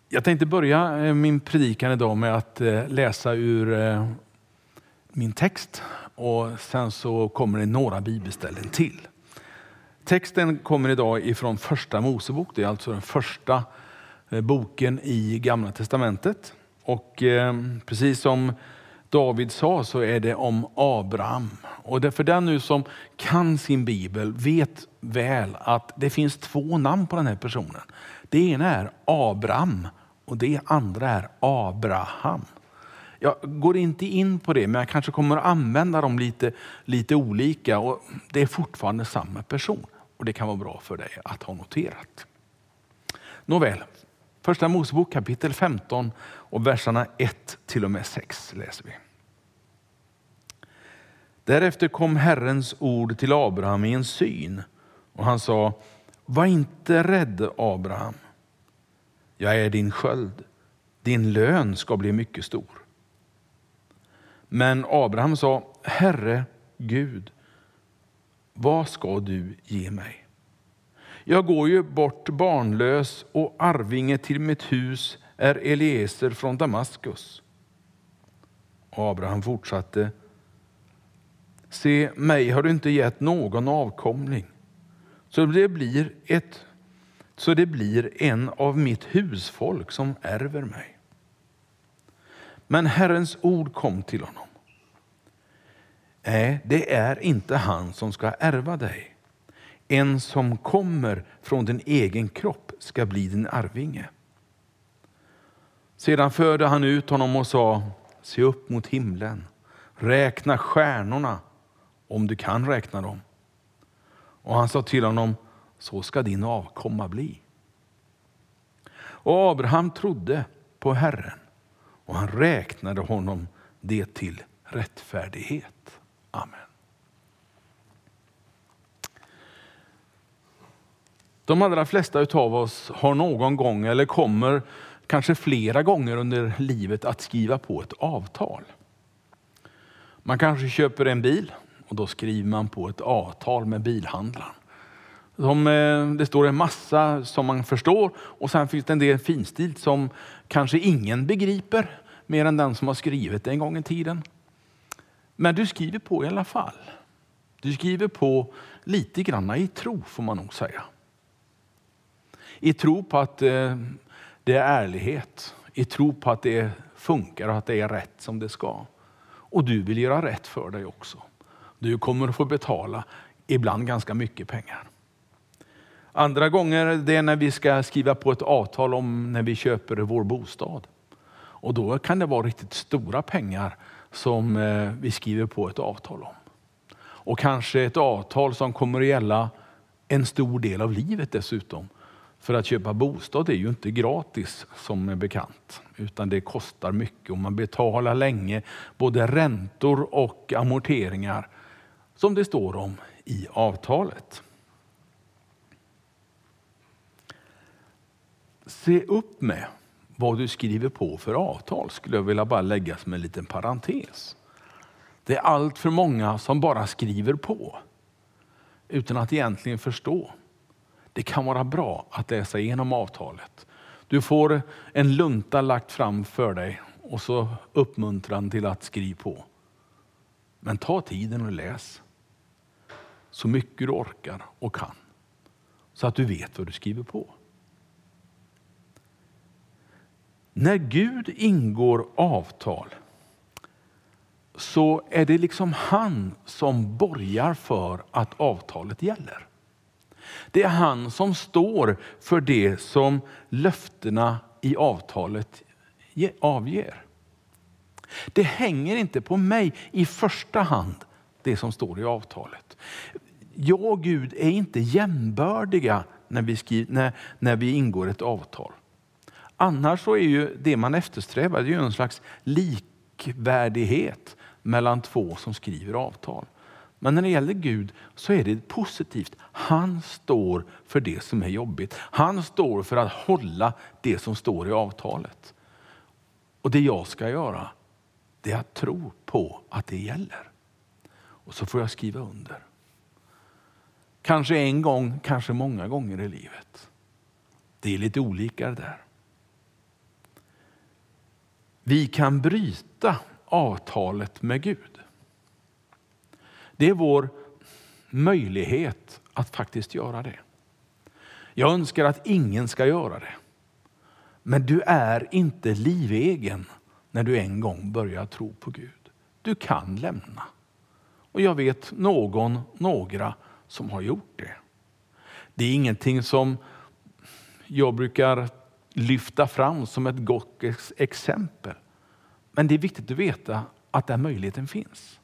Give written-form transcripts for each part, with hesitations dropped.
Jag tänkte börja min predikan idag med att läsa ur min text och sen så kommer det några bibelställen till. Texten kommer idag ifrån första Mosebok, det är alltså den första boken i Gamla testamentet. Och precis som David sa så är det om Abraham. Och för den nu som kan sin bibel vet väl att det finns två namn på den här personen. Det ena är Abraham och det andra är Abraham. Jag går inte in på det, men jag kanske kommer att använda dem lite olika. Och det är fortfarande samma person. Och det kan vara bra för dig att ha noterat. Nåväl, första Mosebok kapitel 15 och verserna 1 till och med 6 läser vi. Därefter kom Herrens ord till Abraham i en syn. Och han sa, var inte rädd Abraham. Jag är din sköld. Din lön ska bli mycket stor. Men Abraham sa, Herre Gud, vad ska du ge mig? Jag går ju bort barnlös och arvinge till mitt hus är Eliezer från Damaskus. Abraham fortsatte, se, mig har du inte gett någon avkomling. Så det blir en av mitt husfolk som ärver mig. Men Herrens ord kom till honom. Nej, det är inte han som ska ärva dig. En som kommer från din egen kropp ska bli din arvinge. Sedan förde han ut honom och sa, se upp mot himlen. Räkna stjärnorna om du kan räkna dem. Och han sa till honom, så ska din avkomma bli. Och Abraham trodde på Herren och han räknade honom det till rättfärdighet. Amen. De allra flesta utav oss har någon gång eller kommer kanske flera gånger under livet att skriva på ett avtal. Man kanske köper en bil och då skriver man på ett avtal med bilhandlaren. Det står en massa som man förstår och sen finns det en del finstilt som kanske ingen begriper mer än den som har skrivit det en gång i tiden. Men du skriver på i alla fall. Du skriver på lite grann i tro får man nog säga. I tro på att det är ärlighet. I tro på att det funkar och att det är rätt som det ska. Och du vill göra rätt för dig också. Du kommer att få betala ibland ganska mycket pengar. Andra gånger det är när vi ska skriva på ett avtal om när vi köper vår bostad. Och då kan det vara riktigt stora pengar som vi skriver på ett avtal om. Och kanske ett avtal som kommer att gälla en stor del av livet dessutom. För att köpa bostad är ju inte gratis som är bekant. Utan det kostar mycket och man betalar länge både räntor och amorteringar som det står om i avtalet. Se upp med vad du skriver på för avtal skulle jag vilja bara lägga som en liten parentes. Det är allt för många som bara skriver på utan att egentligen förstå. Det kan vara bra att läsa igenom avtalet. Du får en lunta lagt fram för dig och så uppmuntran till att skriva på. Men ta tiden och läs så mycket du orkar och kan så att du vet vad du skriver på. När Gud ingår avtal så är det liksom han som borgar för att avtalet gäller. Det är han som står för det som löftena i avtalet avger. Det hänger inte på mig i första hand det som står i avtalet. Jag och Gud är inte jämbördiga när vi ingår ett avtal. Annars så är ju det man eftersträvar det är ju en slags likvärdighet mellan två som skriver avtal. Men när det gäller Gud så är det positivt. Han står för det som är jobbigt. Han står för att hålla det som står i avtalet. Och det jag ska göra det är att tro på att det gäller. Och så får jag skriva under. Kanske en gång, kanske många gånger i livet. Det är lite olika där. vi kan bryta avtalet med Gud. Det är vår möjlighet att faktiskt göra det. Jag önskar att ingen ska göra det. Men du är inte livegen när du en gång börjar tro på Gud. Du kan lämna. Och jag vet några som har gjort det. Det är ingenting som jag brukar lyfta fram som ett gott exempel. Men det är viktigt att veta att den möjligheten finns.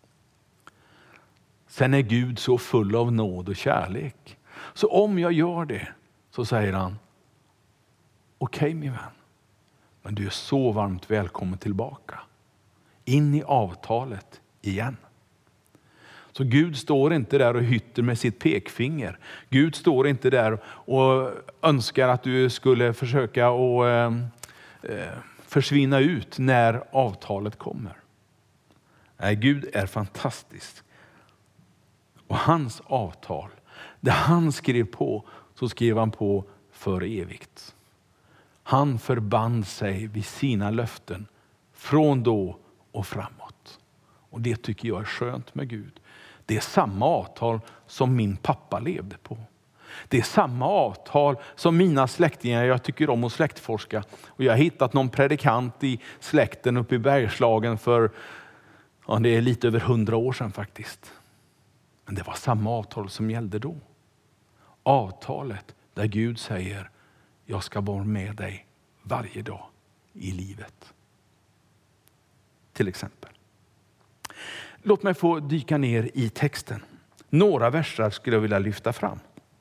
Sen är Gud så full av nåd och kärlek. Så om jag gör det så säger han: okej, min vän, men du är så varmt välkommen tillbaka. In i avtalet igen. Så Gud står inte där och hytter med sitt pekfinger. Gud står inte där och önskar att du skulle försöka att försvinna ut när avtalet kommer. Nej, Gud är fantastisk. Och hans avtal, det han skrev på, så skrev han på för evigt. Han förband sig vid sina löften från då och framåt. Och det tycker jag är skönt med Gud. Det är samma avtal som min pappa levde på. Det är samma avtal som mina släktingar, jag tycker om att släktforska. Och jag har hittat någon predikant i släkten uppe i Bergslagen för, det är lite över 100 år sedan faktiskt. Men det var samma avtal som gällde då. Avtalet där Gud säger: jag ska vara med dig varje dag i livet. Till exempel. Låt mig få dyka ner i texten. Några verser skulle jag vilja lyfta fram.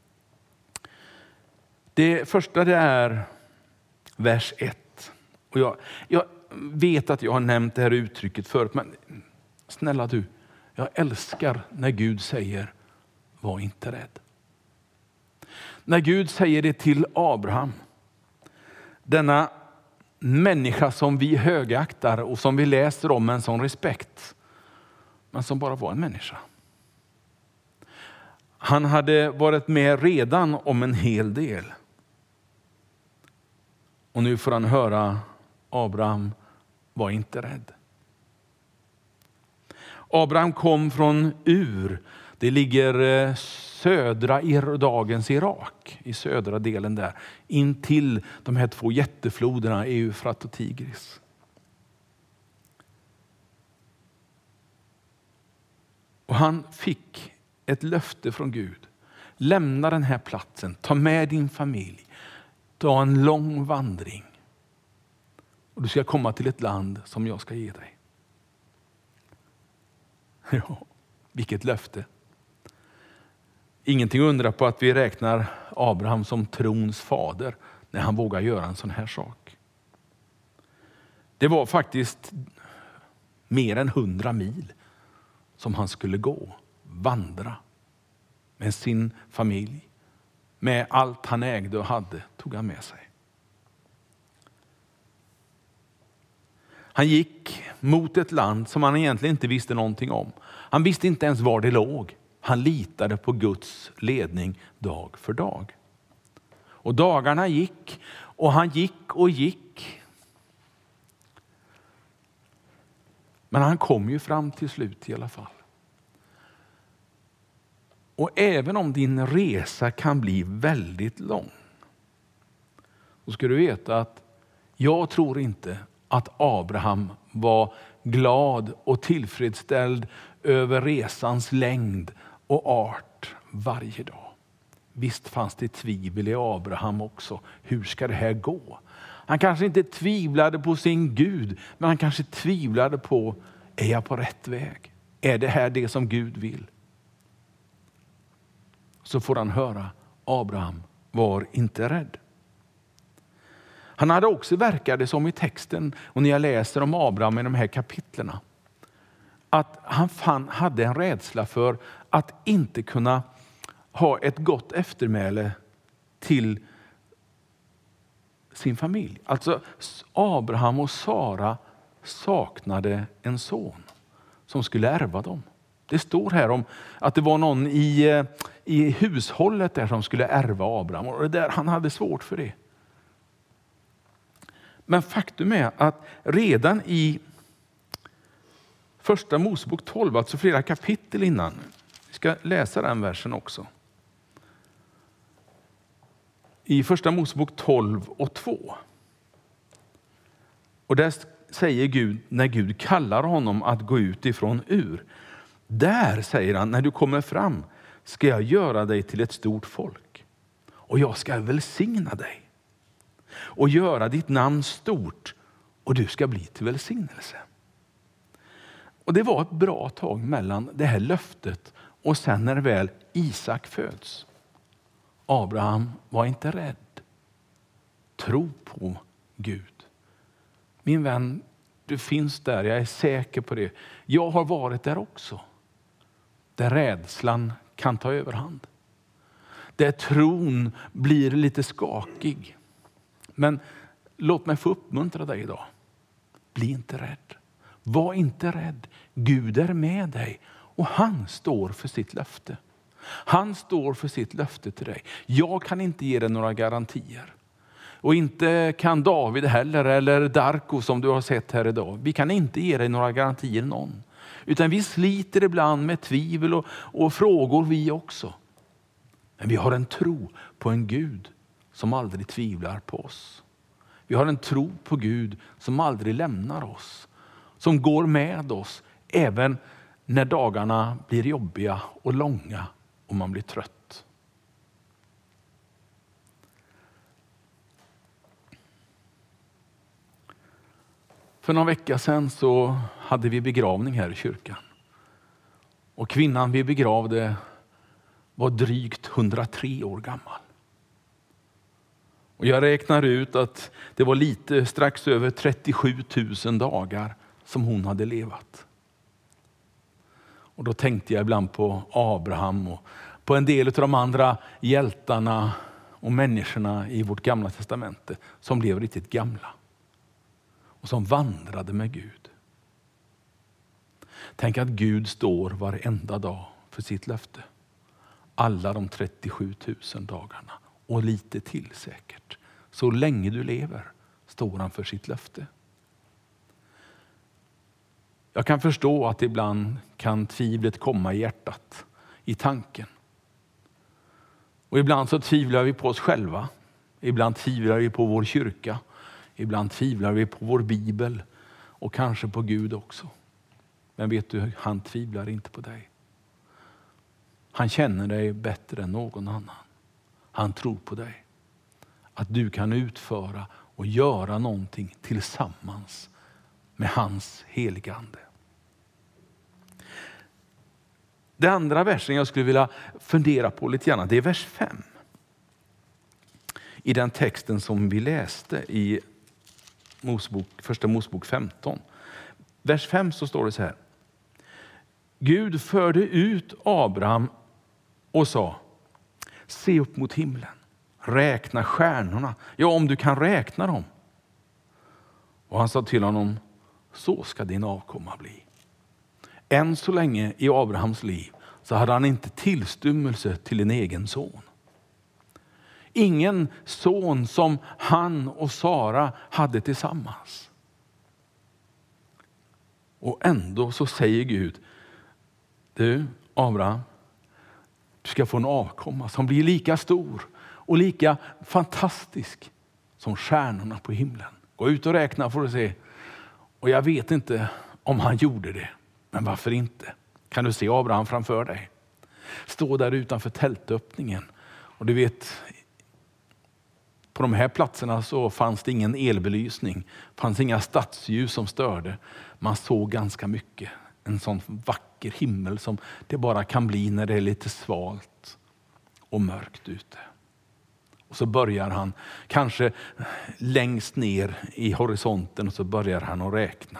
Det första det är vers 1. Och jag vet att jag har nämnt det här uttrycket förut, men snälla du, jag älskar när Gud säger: var inte rädd. När Gud säger det till Abraham, denna människa som vi högaktar och som vi läser om med en sån respekt, men som bara var en människa. Han hade varit med redan om en hel del. Och nu får han höra: Abraham, var inte rädd. Abraham kom från Ur. Det ligger södra dagens Irak, i södra delen där, in till de här två jättefloderna Eufrat och Tigris. Och han fick ett löfte från Gud: lämna den här platsen, ta med din familj, ta en lång vandring och du ska komma till ett land som jag ska ge dig. Ja, vilket löfte. Ingenting undra på att vi räknar Abraham som trons fader när han vågar göra en sån här sak. Det var faktiskt mer än 100 mil som han skulle gå, vandra med sin familj. Med allt han ägde och hade tog han med sig. Han gick mot ett land som han egentligen inte visste någonting om. Han visste inte ens var det låg. Han litade på Guds ledning dag för dag. Och dagarna gick och han gick och gick. Men han kom ju fram till slut i alla fall. Och även om din resa kan bli väldigt lång, så ska du veta att jag tror inte att Abraham var glad och tillfredsställd över resans längd och art varje dag. Visst fanns det tvivel i Abraham också. Hur ska det här gå? Han kanske inte tvivlade på sin Gud, men han kanske tvivlade på: är jag på rätt väg? Är det här det som Gud vill? Så får han höra: Abraham, var inte rädd. Han hade också, verkade som i texten, och när jag läser om Abraham i de här kapitlerna, att han hade en rädsla för att inte kunna ha ett gott eftermäle till sin familj. Alltså Abraham och Sara saknade en son som skulle ärva dem. Det står här om att det var någon i hushållet där som skulle ärva Abraham, och han hade svårt för det. Men faktum är att redan i första Mosebok 12, alltså flera kapitel innan, vi ska läsa den versen också. I första Mosebok 12 och 2. Och där säger Gud, när Gud kallar honom att gå ut ifrån Ur. Där säger han, när du kommer fram ska jag göra dig till ett stort folk. Och jag ska välsigna dig. Och göra ditt namn stort. Och du ska bli till välsignelse. Och det var ett bra tag mellan det här löftet och sen när väl Isak föds. Abraham var inte rädd. Tro på Gud. Min vän, du finns där, jag är säker på det. Jag har varit där också. Där rädslan kan ta överhand. Där tron blir lite skakig. Men låt mig få uppmuntra dig idag. Bli inte rädd. Var inte rädd. Gud är med dig. Och han står för sitt löfte. Han står för sitt löfte till dig. Jag kan inte ge dig några garantier. Och inte kan David heller eller Darko som du har sett här idag. Vi kan inte ge dig några garantier någon. Utan vi sliter ibland med tvivel och frågor vi också. Men vi har en tro på en Gud som aldrig tvivlar på oss. Vi har en tro på Gud som aldrig lämnar oss. Som går med oss även när dagarna blir jobbiga och långa och man blir trött. För några veckor sedan så hade vi begravning här i kyrkan. Och kvinnan vi begravde var drygt 103 år gammal. Och jag räknar ut att det var lite strax över 37 000 dagar som hon hade levat. Och då tänkte jag ibland på Abraham och på en del av de andra hjältarna och människorna i vårt gamla testamente som blev riktigt gamla. Och som vandrade med Gud. Tänk att Gud står varenda dag för sitt löfte. Alla de 37 000 dagarna. Och lite till säkert. Så länge du lever står han för sitt löfte. Jag kan förstå att ibland kan tvivlet komma i hjärtat. I tanken. Och ibland så tvivlar vi på oss själva. Ibland tvivlar vi på vår kyrka. Ibland tvivlar vi på vår bibel. Och kanske på Gud också. Men vet du, han tvivlar inte på dig. Han känner dig bättre än någon annan. Han tror på dig. Att du kan utföra och göra någonting tillsammans med hans heliga ande. Det andra versen jag skulle vilja fundera på lite grann, det är vers 5. I den texten som vi läste i första Mosebok 15. Vers 5 så står det så här. Gud förde ut Abraham och sa, se upp mot himlen, räkna stjärnorna, ja om du kan räkna dem. Och han sa till honom, så ska din avkomma bli. Än så länge i Abrahams liv så hade han inte tillstymmelse till en egen son. Ingen son som han och Sara hade tillsammans. Och ändå så säger Gud, du Abraham, du ska få en avkomma som blir lika stor och lika fantastisk som stjärnorna på himlen. Gå ut och räkna får du se. Och jag vet inte om han gjorde det. Men varför inte? Kan du se Abraham framför dig? Stå där utanför tältöppningen. Och du vet, på de här platserna så fanns det ingen elbelysning. Fanns inga stadsljus som störde. Man såg ganska mycket. En sån vacker himmel som det bara kan bli när det är lite svalt och mörkt ute. Och så börjar han kanske längst ner i horisonten och så börjar han att räkna.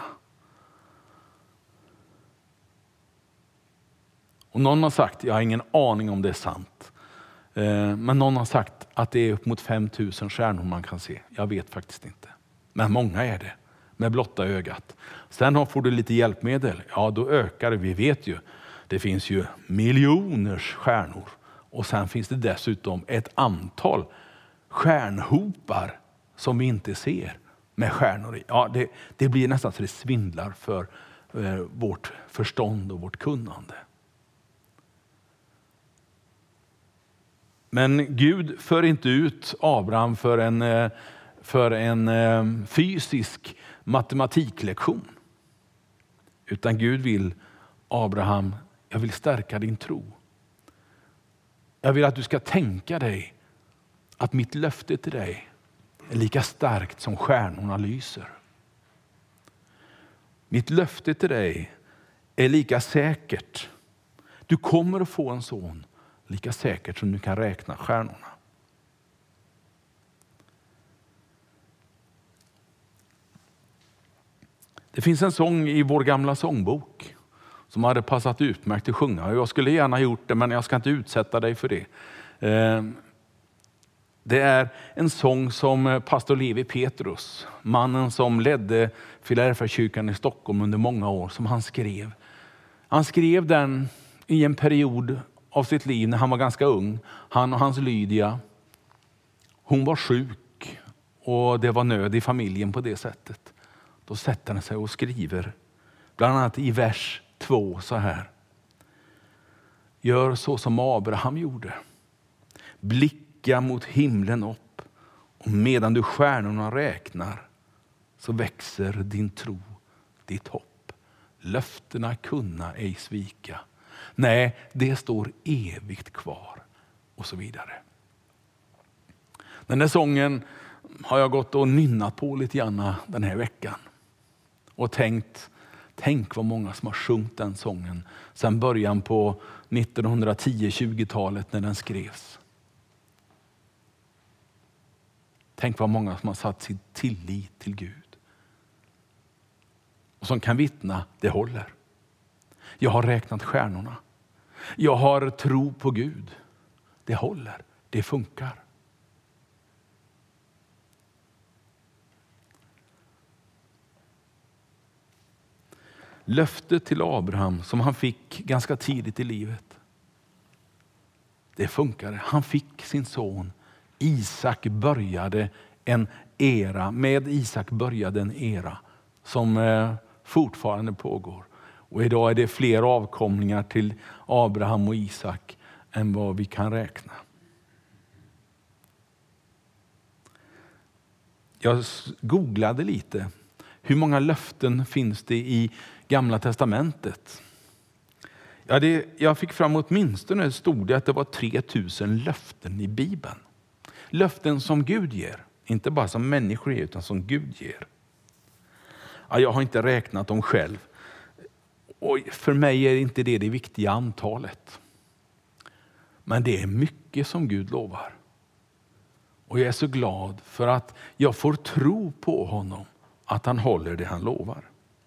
Och någon har sagt, jag har ingen aning om det är sant. Men någon har sagt att det är upp mot 5000 stjärnor man kan se. Jag vet faktiskt inte. Men många är det. Med blotta ögat. Sen får du lite hjälpmedel. Ja, då ökar det. Vi vet ju. Det finns ju miljoners stjärnor. Och sen finns det dessutom ett antal stjärnhopar som vi inte ser. med stjärnor i. Ja, det blir nästan så det svindlar för vårt förstånd och vårt kunnande. Men Gud för inte ut Abraham för en fysisk matematiklektion. Utan Gud vill, Abraham, jag vill stärka din tro. Jag vill att du ska tänka dig att mitt löfte till dig är lika starkt som stjärnorna lyser. Mitt löfte till dig är lika säkert. Du kommer att få en son lika säkert som du kan räkna stjärnorna. Det finns en sång i vår gamla sångbok som hade passat utmärkt att sjunga. Jag skulle gärna gjort det, men jag ska inte utsätta dig för det. Det är en sång som pastor Levi Petrus, mannen som ledde Filadelfiakyrkan i Stockholm under många år, som han skrev. Han skrev den i en period av sitt liv när han var ganska ung. Han och hans Lydia, hon var sjuk och det var nöd i familjen på det sättet. Då sätter han sig och skriver, bland annat i vers 2 så här. Gör så som Abraham gjorde. Blicka mot himlen upp, och medan du stjärnorna räknar så växer din tro, ditt hopp. Löftena kunna ej svika. Nej, det står evigt kvar, och så vidare. Den där sången har jag gått och nynnat på lite grann den här veckan. Och tänk vad många som har sjungit den sången sedan början på 1910-20-talet när den skrevs. Tänk vad många som har satt sin tillit till Gud. Och som kan vittna, det håller. Jag har räknat stjärnorna. Jag har tro på Gud. Det håller, det funkar. Löftet till Abraham som han fick ganska tidigt i livet. Det funkade. Han fick sin son. Isak började en era. Med Isak började en era som fortfarande pågår. Och idag är det fler avkomlingar till Abraham och Isak än vad vi kan räkna. Jag googlade lite. Hur många löften finns det i Gamla testamentet? Ja, jag fick fram åtminstone stod det att det var 3000 löften i Bibeln. Löften som Gud ger. Inte bara som människor ger, utan som Gud ger. Ja, jag har inte räknat dem själv. Och för mig är inte det viktiga antalet. Men det är mycket som Gud lovar. Och jag är så glad för att jag får tro på honom. Att han håller det han lovar.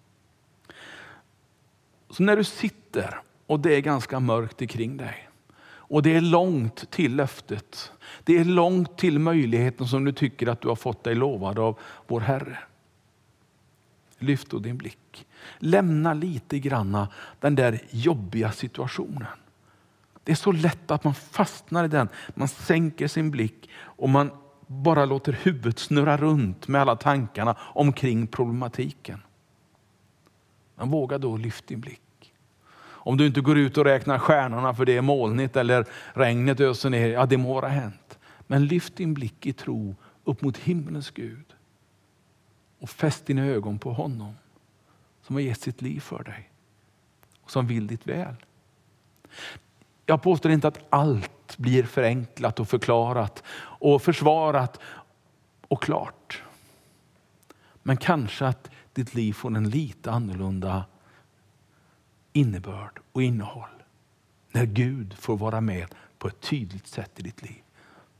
Så när du sitter och det är ganska mörkt kring dig. Och det är långt till löftet. Det är långt till möjligheten som du tycker att du har fått dig lovad av vår Herre. Lyft då din blick. Lämna lite granna den där jobbiga situationen. Det är så lätt att man fastnar i den. Man sänker sin blick och man bara låter huvudet snurra runt med alla tankarna omkring problematiken. Men våga då lyfta din blick. Om du inte går ut och räknar stjärnorna för det är molnigt eller regnet öser ner, ja det må vara hänt. Men lyft din blick i tro upp mot himmelens Gud. Och fäst dina ögon på honom som har gett sitt liv för dig. Och som vill ditt väl. Jag påstår inte att allt blir förenklat och förklarat och försvarat och klart. Men kanske att ditt liv får en lite annorlunda innebörd och innehåll. När Gud får vara med på ett tydligt sätt i ditt liv.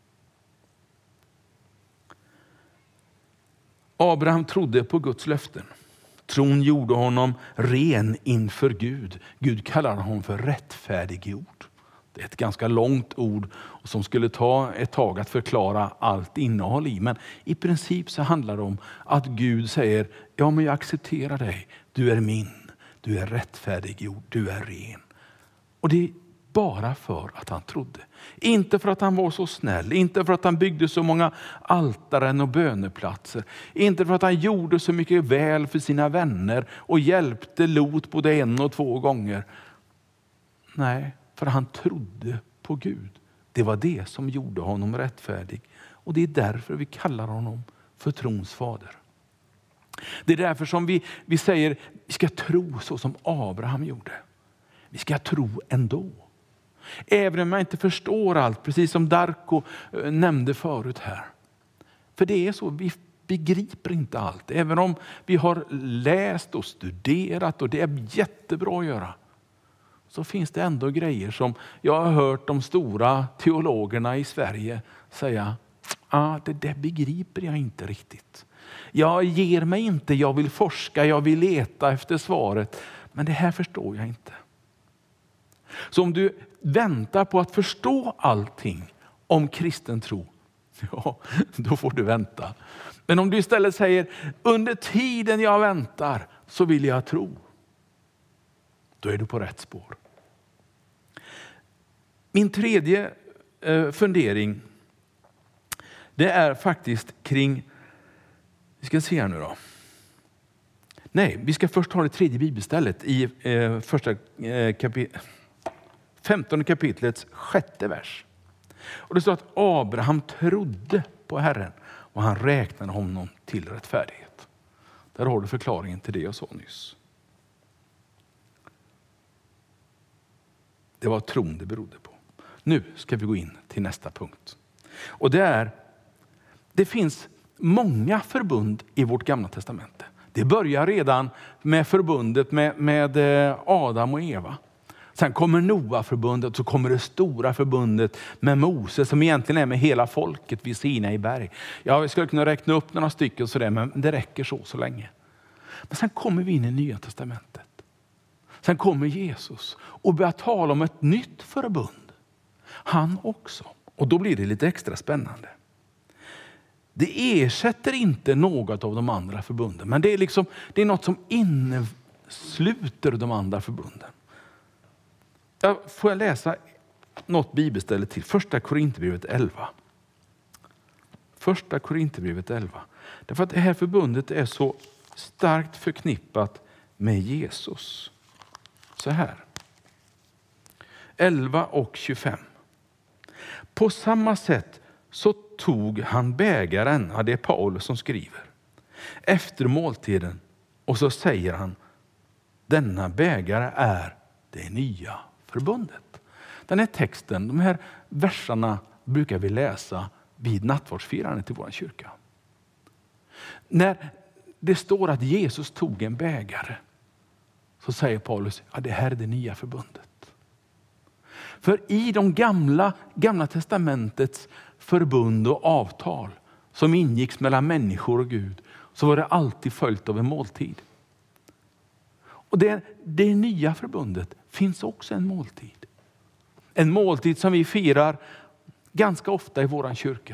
Abraham trodde på Guds löften. Tron gjorde honom ren inför Gud. Gud kallar honom för rättfärdiggjord. Det är ett ganska långt ord som skulle ta ett tag att förklara allt innehåll i. Men i princip så handlar det om att Gud säger, ja men jag accepterar dig. Du är min, du är rättfärdiggjord, du är ren. Och det bara för att han trodde. Inte för att han var så snäll, inte för att han byggde så många altaren och böneplatser, inte för att han gjorde så mycket väl för sina vänner och hjälpte Lot både 1 och 2 gånger. Nej, för han trodde på Gud. Det var det som gjorde honom rättfärdig. Och det är därför vi kallar honom för trons fader. Det är därför som vi säger vi ska tro så som Abraham gjorde. Vi ska tro ändå. Även om jag inte förstår allt, precis som Darko nämnde förut här. För det är så, vi begriper inte allt. Även om vi har läst och studerat, och det är jättebra att göra, så finns det ändå grejer som jag har hört de stora teologerna i Sverige säga, det där begriper jag inte riktigt. Jag ger mig inte, jag vill forska, jag vill leta efter svaret, men det här förstår jag inte. Så om du väntar på att förstå allting om kristen tro, ja, då får du vänta. Men om du istället säger, under tiden jag väntar så vill jag tro, då är du på rätt spår. Min tredje fundering, det är faktiskt kring, vi ska se här nu då. Nej, vi ska först ta det tredje bibelstället i 15 kapitlets 6:e vers. Och det står att Abraham trodde på Herren och han räknade honom till rättfärdighet. Där har du förklaringen till det jag sa nyss. Det var tron det berodde på. Nu ska vi gå in till nästa punkt. Och det finns många förbund i vårt gamla testamente. Det börjar redan med förbundet med Adam och Eva. Sen kommer Noa-förbundet, så kommer det stora förbundet med Mose som egentligen är med hela folket vid Sinai berg. Ja, vi skulle kunna räkna upp några stycken sådär, men det räcker så länge. Men sen kommer vi in i Nya testamentet. Sen kommer Jesus och börjar tala om ett nytt förbund. Han också. Och då blir det lite extra spännande. Det ersätter inte något av de andra förbunden, men det är något som innesluter de andra förbunden. Får jag läsa något bibelställe till? 1 Korinthierbrevet 11. 1 Korinthierbrevet 11. Därför att det här förbundet är så starkt förknippat med Jesus. Så här. 11 och 25. På samma sätt så tog han bägaren, det är Paulus som skriver, efter måltiden, och så säger han, denna bägare är det nya förbundet. Den här texten, de här verserna brukar vi läsa vid nattvardsfirandet i vår kyrka. När det står att Jesus tog en bägare, så säger Paulus, det här är det nya förbundet. För i de gamla testamentets förbund och avtal som ingicks mellan människor och Gud, så var det alltid följt av en måltid. Och det nya förbundet finns också en måltid. En måltid som vi firar ganska ofta i våran kyrka.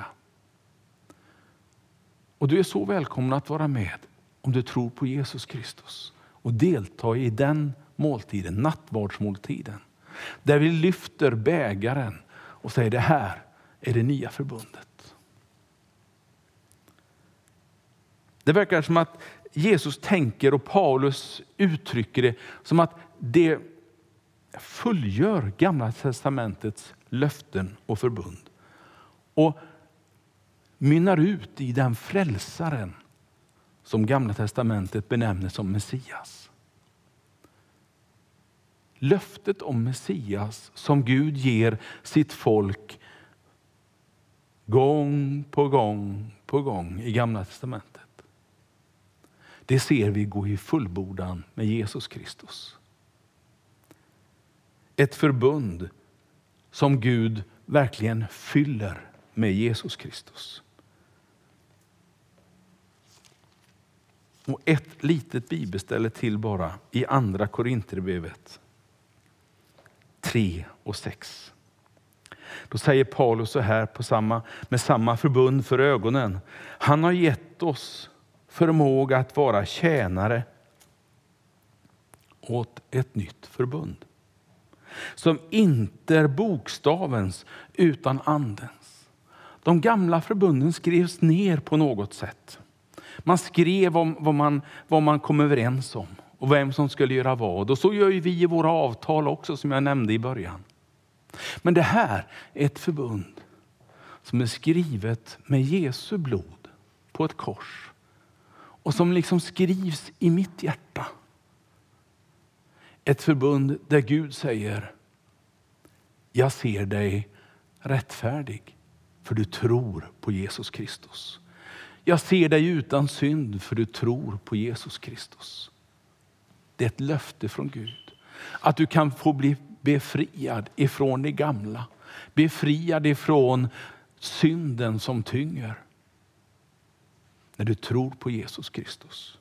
Och du är så välkommen att vara med om du tror på Jesus Kristus och delta i den måltiden, nattvardsmåltiden. Där vi lyfter bägaren och säger, det här är det nya förbundet. Det verkar som att Jesus tänker, och Paulus uttrycker det som att det fullgör gamla testamentets löften och förbund. Och mynnar ut i den frälsaren som gamla testamentet benämner som Messias. Löftet om Messias som Gud ger sitt folk gång på gång i gamla testamentet. Det ser vi gå i fullbordan med Jesus Kristus. Ett förbund som Gud verkligen fyller med Jesus Kristus. Och ett litet bibelställe till bara i andra Korinthierbrevet 3 och 6. Då säger Paulus så här med samma förbund för ögonen. Han har gett oss förmåga att vara tjänare åt ett nytt förbund. som inte är bokstavens utan andens. De gamla förbunden skrevs ner på något sätt. Man skrev om vad man kom överens om och vem som skulle göra vad. Och så gör ju vi i våra avtal också, som jag nämnde i början. Men det här är ett förbund som är skrivet med Jesu blod på ett kors. Och som liksom skrivs i mitt hjärta. Ett förbund där Gud säger: jag ser dig rättfärdig för du tror på Jesus Kristus. Jag ser dig utan synd för du tror på Jesus Kristus. Det är ett löfte från Gud. Att du kan få bli befriad ifrån det gamla. Befriad ifrån synden som tynger. När du tror på Jesus Kristus.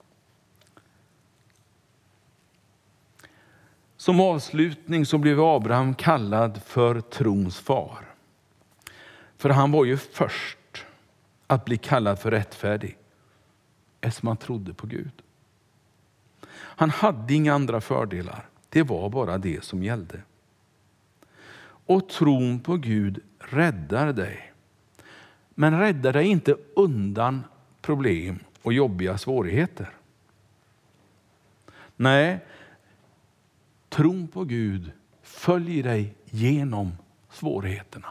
Som avslutning så blev Abraham kallad för trons far. För han var ju först att bli kallad för rättfärdig. Eftersom han trodde på Gud. Han hade inga andra fördelar. Det var bara det som gällde. Och tron på Gud räddar dig. Men räddar dig inte undan problem och jobbiga svårigheter. Nej, tron på Gud följer dig genom svårigheterna.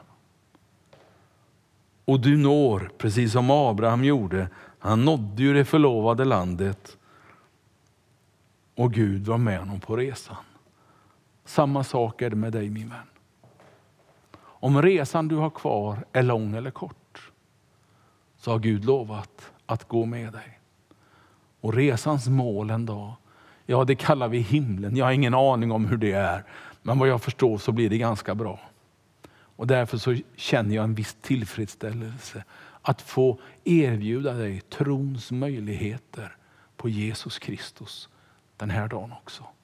Och du når, precis som Abraham gjorde, han nådde ju det förlovade landet. Och Gud var med honom på resan. Samma sak är det med dig, min vän. Om resan du har kvar är lång eller kort, så har Gud lovat att gå med dig. Och resans mål en dag, ja, det kallar vi himlen. Jag har ingen aning om hur det är. Men vad jag förstår så blir det ganska bra. Och därför så känner jag en viss tillfredsställelse att få erbjuda dig trons möjligheter på Jesus Kristus den här dagen också.